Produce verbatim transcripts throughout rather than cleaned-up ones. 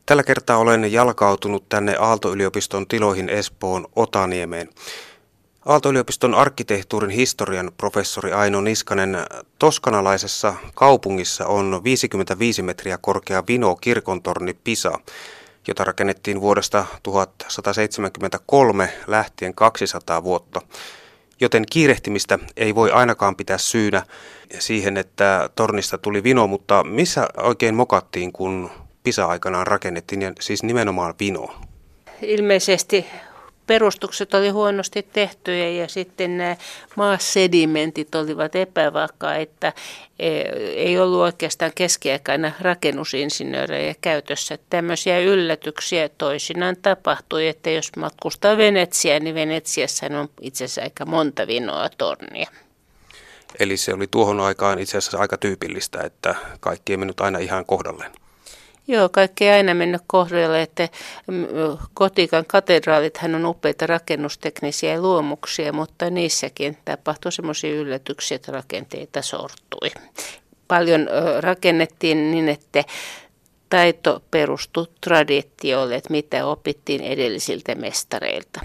Tällä kertaa olen jalkautunut tänne Aalto-yliopiston tiloihin Espoon Otaniemeen. Aalto-yliopiston arkkitehtuurin historian professori Aino Niskanen, toskanalaisessa kaupungissa on viisikymmentäviisi metriä korkea Vino kirkontorni Pisa, jota rakennettiin vuodesta tuhatsataseitsemänkymmentäkolme lähtien kaksisataa vuotta. Joten kiirehtimistä ei voi ainakaan pitää syynä siihen, että tornista tuli Vino, mutta missä oikein mokattiin, kun Pisa aikanaan rakennettiin, ja siis nimenomaan Vino? Ilmeisesti perustukset oli huonosti tehtyjä ja sitten nämä maasedimentit olivat epävakaita. Ei ollut oikeastaan keskiaikana rakennusinsinöörejä käytössä. Tämmöisiä yllätyksiä toisinaan tapahtui, että jos matkustaa Venetsiaan, niin Venetsiassa on itse asiassa aika monta Vinoa tornia. Eli se oli tuohon aikaan itse asiassa aika tyypillistä, että kaikki ei mennyt aina ihan kohdalleen. Joo, kaikki ei aina mennyt kohdalle, että Gotikan katedraalithan on upeita rakennusteknisiä luomuksia, mutta niissäkin tapahtui semmoisia yllätyksiä, että rakenteita sortui. Paljon rakennettiin niin, että taito perustui traditioille, että mitä opittiin edellisiltä mestareilta.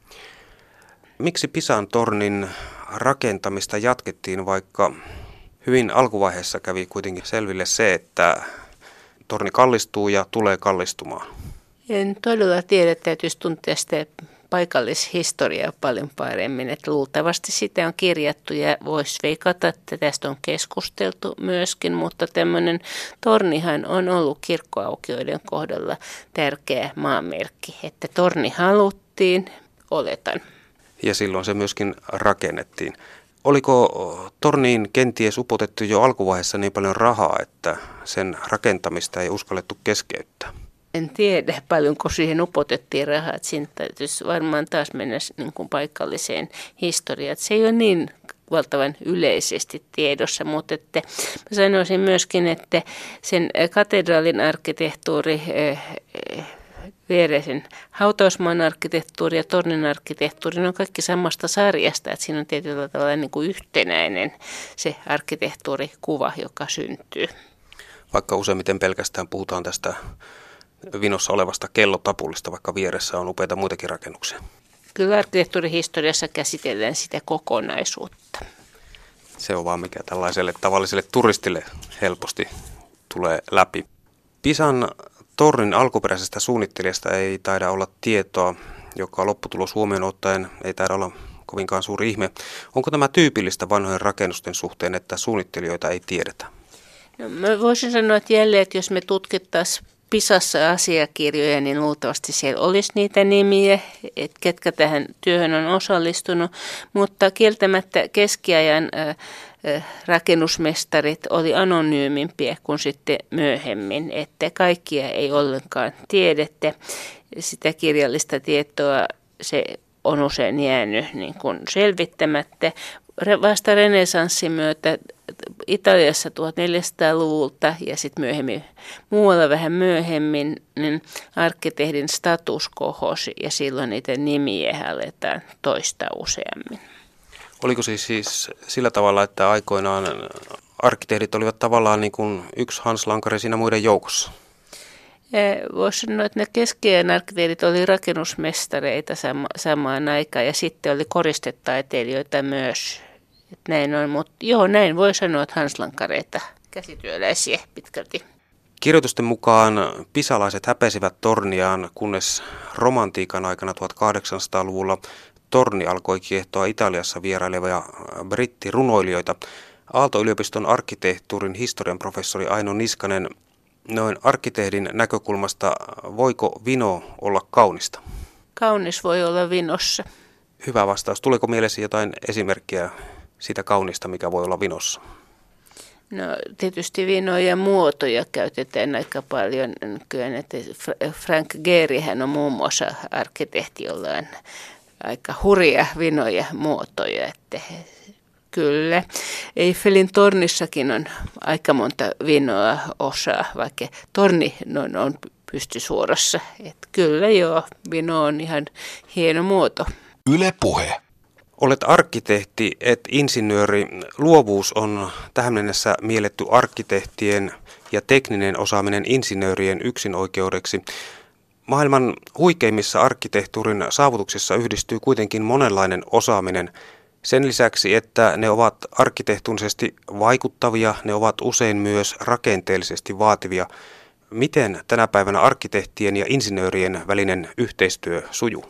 Miksi Pisan tornin rakentamista jatkettiin, vaikka hyvin alkuvaiheessa kävi kuitenkin selville se, että torni kallistuu ja tulee kallistumaan? En todella tiedä, täytyisi tuntea sitä paikallishistoriaa paljon paremmin. Että luultavasti sitä on kirjattu ja voisi veikata, että tästä on keskusteltu myöskin, mutta tämmöinen tornihan on ollut kirkkoaukioiden kohdalla tärkeä maanmerkki, että torni haluttiin, oletan. Ja silloin se myöskin rakennettiin. Oliko torniin kenties upotettu jo alkuvaiheessa niin paljon rahaa, että sen rakentamista ei uskallettu keskeyttää? En tiedä paljonko siihen upotettiin rahaa. Siinä täytyisi varmaan taas mennä niin kuin paikalliseen historiaan. Se ei ole niin valtavan yleisesti tiedossa, mutta että mä sanoisin myöskin, että sen katedraalin arkkitehtuuri, viereisen hautausmaan arkkitehtuuri ja tornin arkkitehtuuri, ne on kaikki samasta sarjasta, että siinä on tietyllä tavalla niin kuin yhtenäinen se arkkitehtuurikuva, joka syntyy. Vaikka useimmiten pelkästään puhutaan tästä Vinossa olevasta kellotapulista, vaikka vieressä on upeita muitakin rakennuksia. Kyllä arkkitehtuurihistoriassa käsitellään sitä kokonaisuutta. Se on vaan mikä tällaiselle tavalliselle turistille helposti tulee läpi. Pisan tornin alkuperäisestä suunnittelijasta ei taida olla tietoa, joka lopputulos huomioon ottaen ei taida olla kovinkaan suuri ihme. Onko tämä tyypillistä vanhojen rakennusten suhteen, että suunnittelijoita ei tiedetä? No, mä voisin sanoa, että jälleen, että jos me tutkittaisiin Pisassa asiakirjoja, niin luultavasti siellä olisi niitä nimiä, että ketkä tähän työhön on osallistunut, mutta kieltämättä keskiajan rakennusmestarit oli anonyymimpiä kuin sitten myöhemmin, että kaikkia ei ollenkaan tiedettä. Sitä kirjallista tietoa se on usein jäänyt niin kuin selvittämättä. Vasta renesanssin myötä Italiassa tuhatneljäsataaluvulta ja sitten myöhemmin muualla vähän myöhemmin, niin arkkitehdin status kohosi ja silloin niitä nimiä aletaan toistaa useammin. Oliko siis, siis sillä tavalla, että aikoinaan arkkitehdit olivat tavallaan niin kuin yksi Hans Lankari siinä muiden joukossa? Voisi sanoa, että ne keskiajan arkkitehdit oli rakennusmestareita sama, samaan aikaan ja sitten oli koristetaiteilijoita myös. Että näin on, mutta joo, näin voi sanoa, että hanslankareita, käsityöläisiä pitkälti. Kirjoitusten mukaan pisalaiset häpesivät torniaan, kunnes romantiikan aikana tuhatkahdeksansataaluvulla torni alkoi kiehtoa Italiassa vierailevia brittirunoilijoita. Aalto-yliopiston arkkitehtuurin historian professori Aino Niskanen, noin arkkitehdin näkökulmasta, voiko Vino olla kaunista? Kaunis voi olla Vinossa. Hyvä vastaus. Tuleeko mielesi jotain esimerkkiä siitä kaunista, mikä voi olla Vinossa? No tietysti vinoja muotoja käytetään aika paljon nykyään, että Frank Gehryhän on muun muassa arkkitehti, jolla on aika hurja vinoja muotoja, että kyllä. Eiffelin tornissakin on aika monta vinoa osaa, vaikka torni on, on pystysuorassa, että kyllä joo, vino on ihan hieno muoto. Yle Puhe. Olet arkkitehti, et insinööri. Luovuus on tähän mennessä mielletty arkkitehtien ja tekninen osaaminen insinöörien yksinoikeudeksi. Maailman huikeimmissa arkkitehtuurin saavutuksissa yhdistyy kuitenkin monenlainen osaaminen. Sen lisäksi, että ne ovat arkkitehtuurisesti vaikuttavia, ne ovat usein myös rakenteellisesti vaativia. Miten tänä päivänä arkkitehtien ja insinöörien välinen yhteistyö sujuu?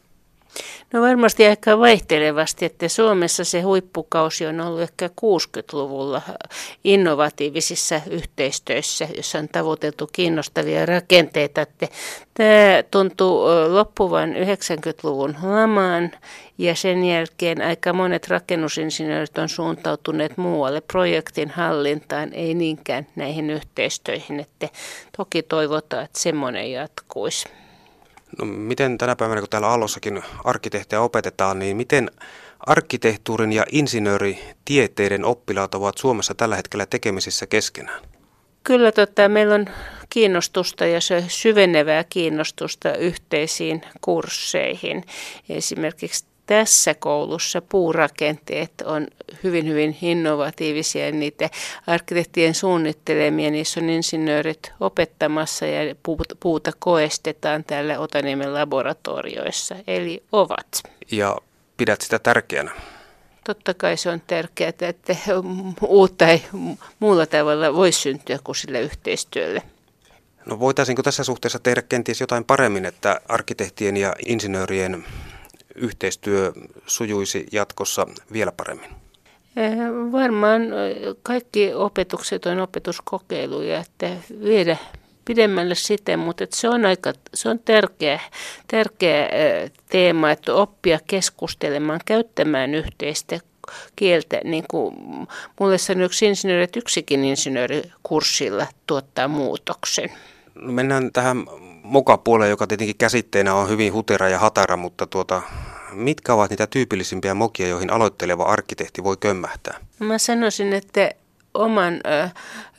No varmasti aika vaihtelevasti, että Suomessa se huippukausi on ollut ehkä kuusikymmentäluvulla innovatiivisissa yhteistöissä, jossa on tavoiteltu kiinnostavia rakenteita. Että tämä tuntuu loppuvan yhdeksänkymmentäluvun lamaan ja sen jälkeen aika monet rakennusinsinöörit on suuntautuneet muualle projektin hallintaan, ei niinkään näihin yhteistöihin. Että toki toivotaan, että semmoinen jatkuisi. No, miten tänä päivänä, kun täällä Aallossakin arkkitehtiä opetetaan, niin miten arkkitehtuurin ja insinööritieteiden oppilaat ovat Suomessa tällä hetkellä tekemisissä keskenään? Kyllä tota, meillä on kiinnostusta ja se syvenevää kiinnostusta yhteisiin kursseihin. Esimerkiksi tässä koulussa puurakenteet on hyvin, hyvin innovatiivisia. Niitä arkkitehtien suunnittelemia, niissä on insinöörit opettamassa ja puuta koestetaan täällä Otaniemen laboratorioissa, eli ovat. Ja pidät sitä tärkeänä? Totta kai se on tärkeää, että uutta ei muulla tavalla voi syntyä kuin sillä yhteistyöllä. No voitaisiinko tässä suhteessa tehdä kenties jotain paremmin, että arkkitehtien ja insinöörien yhteistyö sujuisi jatkossa vielä paremmin? Varmaan kaikki opetukset on opetuskokeiluja, että viedä pidemmälle sitä, mutta se on aika se on tärkeä, tärkeä teema, että oppia keskustelemaan, käyttämään yhteistä kieltä. Niin kuin mulle sanoi yksi insinööri, että yksikin insinööri kurssilla tuottaa muutoksen. No mennään tähän mokapuoleen, joka tietenkin käsitteenä on hyvin hutera ja hatara, mutta tuota, mitkä ovat niitä tyypillisimpiä mokia, joihin aloitteleva arkkitehti voi kömmähtää? Mä sanoisin, että oman äh,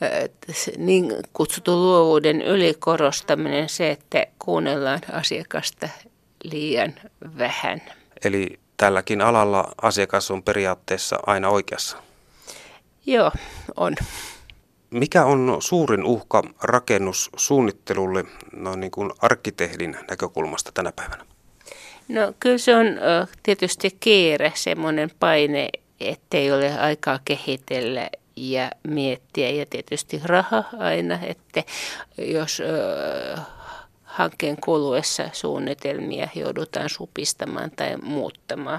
niin kutsutun luovuuden ylikorostaminen, se, että kuunnellaan asiakasta liian vähän. Eli tälläkin alalla asiakas on periaatteessa aina oikeassa? Joo, on. Mikä on suurin uhka rakennussuunnittelulle noin niin kuin arkkitehdin näkökulmasta tänä päivänä? No kyllä se on tietysti kiire, semmoinen paine, ettei ole aikaa kehitellä ja miettiä. Ja tietysti raha aina, että jos ö, hankkeen kuluessa suunnitelmia joudutaan supistamaan tai muuttamaan.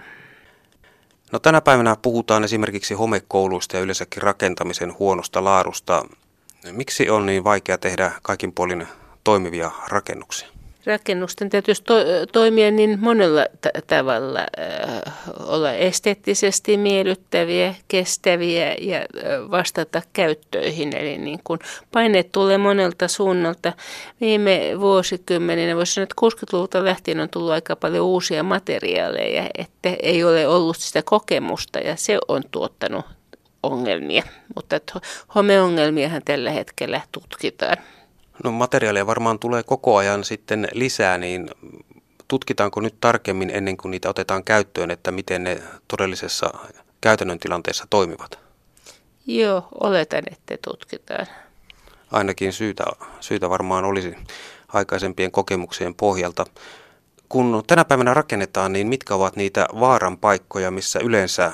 No tänä päivänä puhutaan esimerkiksi homekouluista ja yleensäkin rakentamisen huonosta laadusta. Miksi on niin vaikea tehdä kaikin puolin toimivia rakennuksia? Rakennusten täytyisi to- toimia niin monella t- tavalla, äh, olla esteettisesti miellyttäviä, kestäviä ja äh, vastata käyttöihin. Eli niin kun paineet tulee monelta suunnalta. Viime vuosikymmeninä, voisi sanoa, että kuusikymmentäluvulta lähtien on tullut aika paljon uusia materiaaleja, että ei ole ollut sitä kokemusta ja se on tuottanut ongelmia. Mutta homeongelmiahan tällä hetkellä tutkitaan. No materiaaleja varmaan tulee koko ajan sitten lisää, niin tutkitaanko nyt tarkemmin ennen kuin niitä otetaan käyttöön, että miten ne todellisessa käytännön tilanteessa toimivat? Joo, oletan, että tutkitaan. Ainakin syytä, syytä varmaan olisi aikaisempien kokemuksien pohjalta. Kun tänä päivänä rakennetaan, niin mitkä ovat niitä vaaran paikkoja, missä yleensä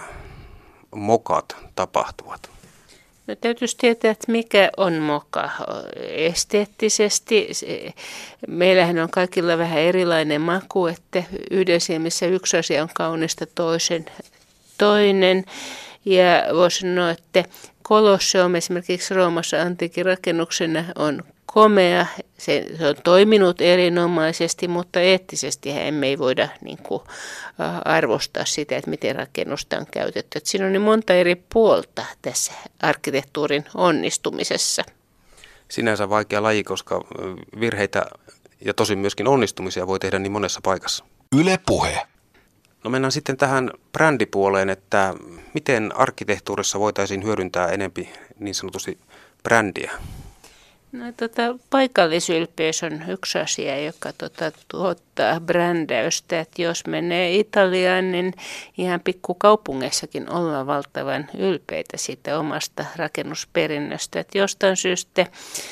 mokat tapahtuvat? No täytyisi tietää, että mikä on moka esteettisesti. Meillähän on kaikilla vähän erilainen maku, että yhden silmissä yksi asia on kaunista, toisen toinen. Ja voisi sanoa, että Kolosseum esimerkiksi Roomassa antiikin rakennuksena on komea. Se, se on toiminut erinomaisesti, mutta eettisesti emme ei voida niin kuin, arvostaa sitä, että miten rakennusta on käytetty. Että siinä on niin monta eri puolta tässä arkkitehtuurin onnistumisessa. Sinänsä vaikea laji, koska virheitä ja tosin myöskin onnistumisia voi tehdä niin monessa paikassa. Yle Puhe. No mennään sitten tähän brändipuoleen, että miten arkkitehtuurissa voitaisiin hyödyntää enempi niin sanotusti brändiä? No, tota, paikallisylpeys on yksi asia, joka tota, tuottaa brändäystä. Et jos menee Italiaan, niin ihan pikkukaupungeissakin ollaan valtavan ylpeitä siitä omasta rakennusperinnöstä. Et jostain syystä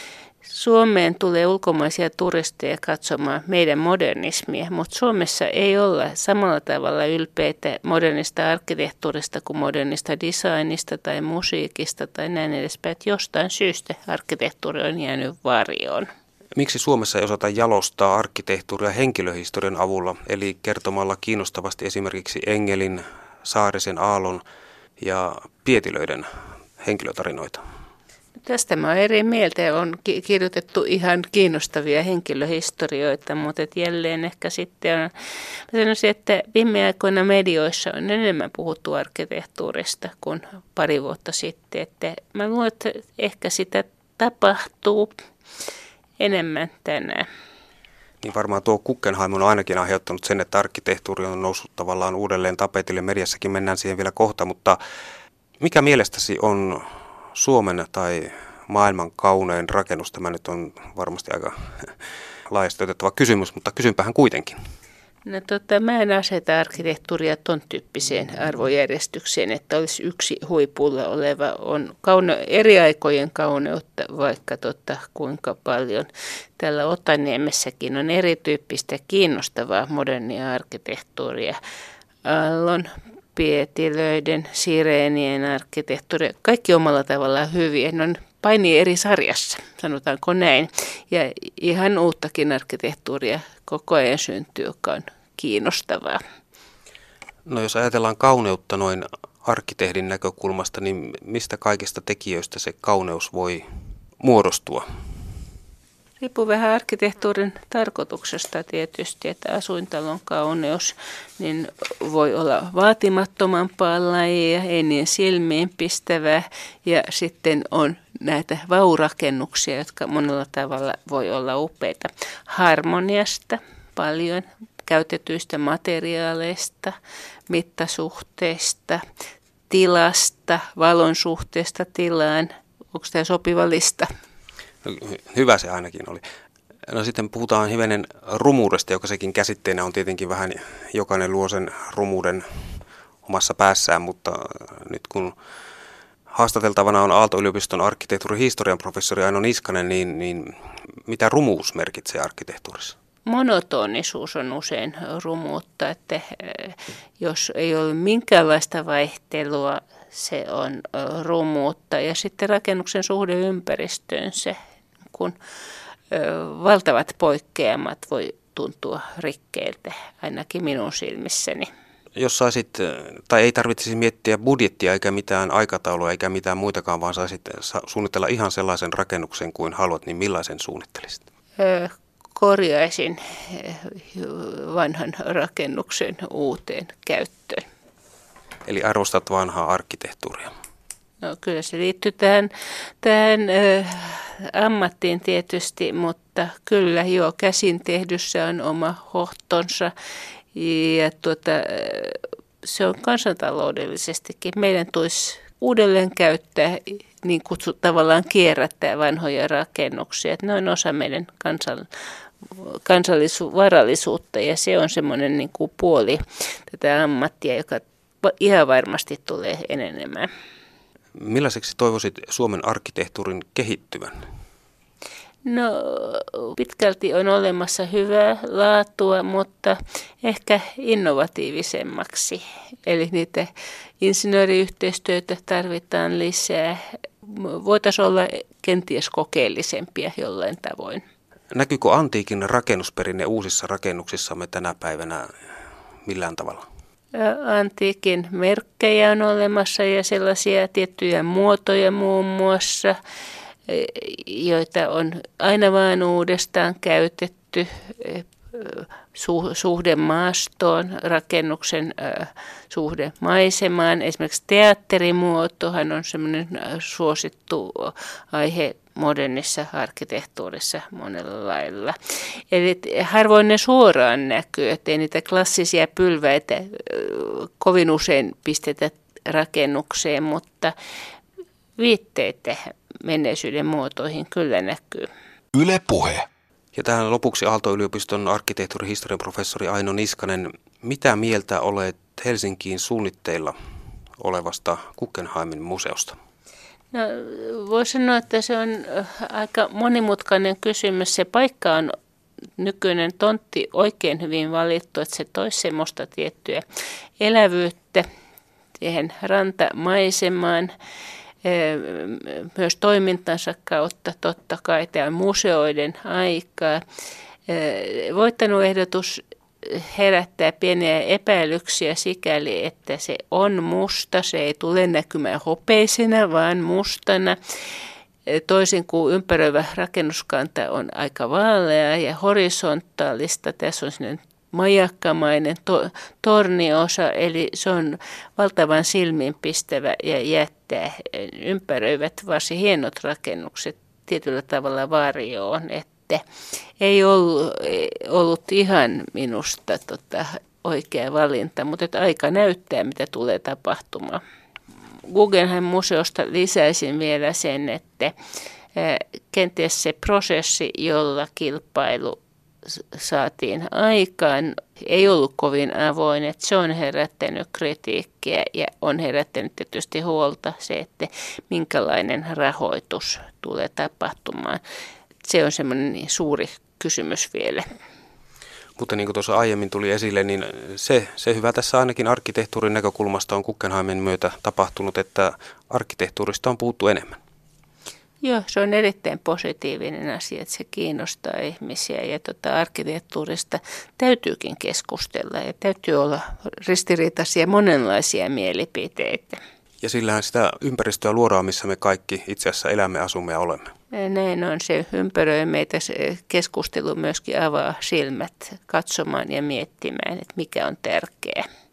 Suomeen tulee ulkomaisia turisteja katsomaan meidän modernismia, mutta Suomessa ei olla samalla tavalla ylpeitä modernista arkkitehtuurista kuin modernista designista tai musiikista tai näin edespäin. Että jostain syystä arkkitehtuuri on jäänyt varjoon. Miksi Suomessa ei osata jalostaa arkkitehtuuria henkilöhistorian avulla, eli kertomalla kiinnostavasti esimerkiksi Engelin, Saarisen, Aallon ja Pietilöiden henkilötarinoita? Tästä mä olen eri mieltä. On kirjoitettu ihan kiinnostavia henkilöhistorioita, mutta et jälleen ehkä sitten on, mä sanoisin, että viime aikoina medioissa on enemmän puhuttu arkkitehtuurista kuin pari vuotta sitten. Että mä luulen, että ehkä sitä tapahtuu enemmän tänään. Niin varmaan tuo Guggenheim on ainakin aiheuttanut sen, että arkkitehtuuri on noussut tavallaan uudelleen tapetille. Mediassakin mennään siihen vielä kohta, mutta mikä mielestäsi on Suomen tai maailman kaunein rakennus? Tämä nyt on varmasti aika laajasti otettava kysymys, mutta kysynpähän kuitenkin. No, tota, mä en aseta arkkitehtuuria ton tyyppiseen arvojärjestykseen, että olisi yksi huipulla oleva. On kaune- eri aikojen kauneutta vaikka tota, kuinka paljon. Täällä Otaniemessäkin on erityyppistä kiinnostavaa modernia arkkitehtuuria. Aallon, Pietilöiden, Sireenien arkkitehtuuri, kaikki omalla tavallaan hyviä. Ne on painii eri sarjassa, sanotaanko näin. Ja ihan uuttakin arkkitehtuuria koko ajan syntyy, joka on kiinnostavaa. No jos ajatellaan kauneutta noin arkkitehdin näkökulmasta, niin mistä kaikista tekijöistä se kauneus voi muodostua? Riippuu vähän arkkitehtuurin tarkoituksesta tietysti, että asuintalon kauneus niin voi olla vaatimattomampaa lajia, ei niin silmiin pistävää, ja sitten on näitä vaurakennuksia, jotka monella tavalla voi olla upeita. Harmoniasta paljon, käytetyistä materiaaleista, mittasuhteista, tilasta, valon suhteesta tilaan. Onko tämä sopiva lista? Hyvä se ainakin oli. No sitten puhutaan hivenen rumuudesta, joka sekin käsitteenä on tietenkin vähän, jokainen luo sen rumuuden omassa päässään, mutta nyt kun haastateltavana on Aalto-yliopiston arkkitehtuurin historian professori Aino Niskanen, niin, niin mitä rumuus merkitsee arkkitehtuurissa? Monotonisuus on usein rumuutta, että jos ei ole minkäänlaista vaihtelua, se on rumuutta. Ja sitten rakennuksen suhde ympäristöön, se kun valtavat poikkeamat voi tuntua rikkeiltä, ainakin minun silmissäni. Jos saisit, tai ei tarvitsisi miettiä budjettia eikä mitään aikataulua eikä mitään muitakaan, vaan saisit suunnitella ihan sellaisen rakennuksen kuin haluat, niin millaisen suunnittelisit? Korjaisin vanhan rakennuksen uuteen käyttöön. Eli arvostat vanhaa arkkitehtuuria? No kyllä se liittyy tähän, tähän ö, ammattiin tietysti, mutta kyllä joo, käsin tehdyssä on oma hohtonsa ja tuota, se on kansantaloudellisestikin. Meidän tulisi uudelleen käyttää, niin kutsu, tavallaan kierrättää vanhoja rakennuksia. Että ne on osa meidän kansan, kansallisvarallisuutta ja se on semmoinen niin kuin puoli tätä ammattia, joka ihan varmasti tulee enenemään. Millaiseksi toivoisit Suomen arkkitehtuurin kehittyvän? No pitkälti on olemassa hyvää laatua, mutta ehkä innovatiivisemmaksi. Eli niitä insinööriyhteistyötä tarvitaan lisää. Voitaisiin olla kenties kokeellisempia jollain tavoin. Näkyykö antiikin rakennusperinne uusissa rakennuksissamme tänä päivänä millään tavalla? Antiikin merkkejä on olemassa ja sellaisia tiettyjä muotoja muun muassa, joita on aina vain uudestaan käytetty suhde maastoon, rakennuksen suhde maisemaan. Esimerkiksi teatterimuotohan on semmoinen suosittu aihe modernissa arkkitehtuurissa monella lailla. Eli harvoin ne suoraan näkyy, ettei niitä klassisia pylväitä kovin usein pistetä rakennukseen, mutta viitteitä menneisyyden muotoihin kyllä näkyy. Yle Puhe. Ja tähän lopuksi Aalto-yliopiston arkkitehtuurin historian professori Aino Niskanen, mitä mieltä olet Helsinkiin suunnitteilla olevasta Guggenheimin museosta? No, voisi sanoa, että se on aika monimutkainen kysymys. Se paikka on nykyinen tontti oikein hyvin valittu, että se toisi semmoista tiettyä elävyyttä siihen rantamaisemaan. Myös toimintansa kautta totta kai tämä on museoiden aikaa. Voittanut ehdotus herättää pieniä epäilyksiä sikäli, että se on musta, se ei tule näkymään hopeisena, vaan mustana. Toisin kuin ympäröivä rakennuskanta on aika vaalea ja horisontaalista. Tässä on sellainen majakkamainen to- torniosa, eli se on valtavan silmiinpistävä ja jättää ympäröivät varsin hienot rakennukset tietyllä tavalla varjoon, että ei ollut, ollut ihan minusta tota, oikea valinta, mutta että aika näyttää, mitä tulee tapahtumaan. Guggenheim-museosta lisäisin vielä sen, että kenties se prosessi, jolla kilpailu saatiin aikaan, ei ollut kovin avoin, että se on herättänyt kritiikkiä ja on herättänyt tietysti huolta se, että minkälainen rahoitus tulee tapahtumaan. Se on semmoinen suuri kysymys vielä. Mutta niin kuin tuossa aiemmin tuli esille, niin se, se hyvä tässä ainakin arkkitehtuurin näkökulmasta on Guggenheimin myötä tapahtunut, että arkkitehtuurista on puhuttu enemmän. Joo, se on erittäin positiivinen asia, että se kiinnostaa ihmisiä ja tuota, arkkitehtuurista täytyykin keskustella ja täytyy olla ristiriitaisia monenlaisia mielipiteitä. Ja sillähän sitä ympäristöä luodaan, missä me kaikki itse asiassa elämme, asumme ja olemme. Näin on, se ympäröi meitä, se keskustelu myöskin avaa silmät katsomaan ja miettimään, että mikä on tärkeää.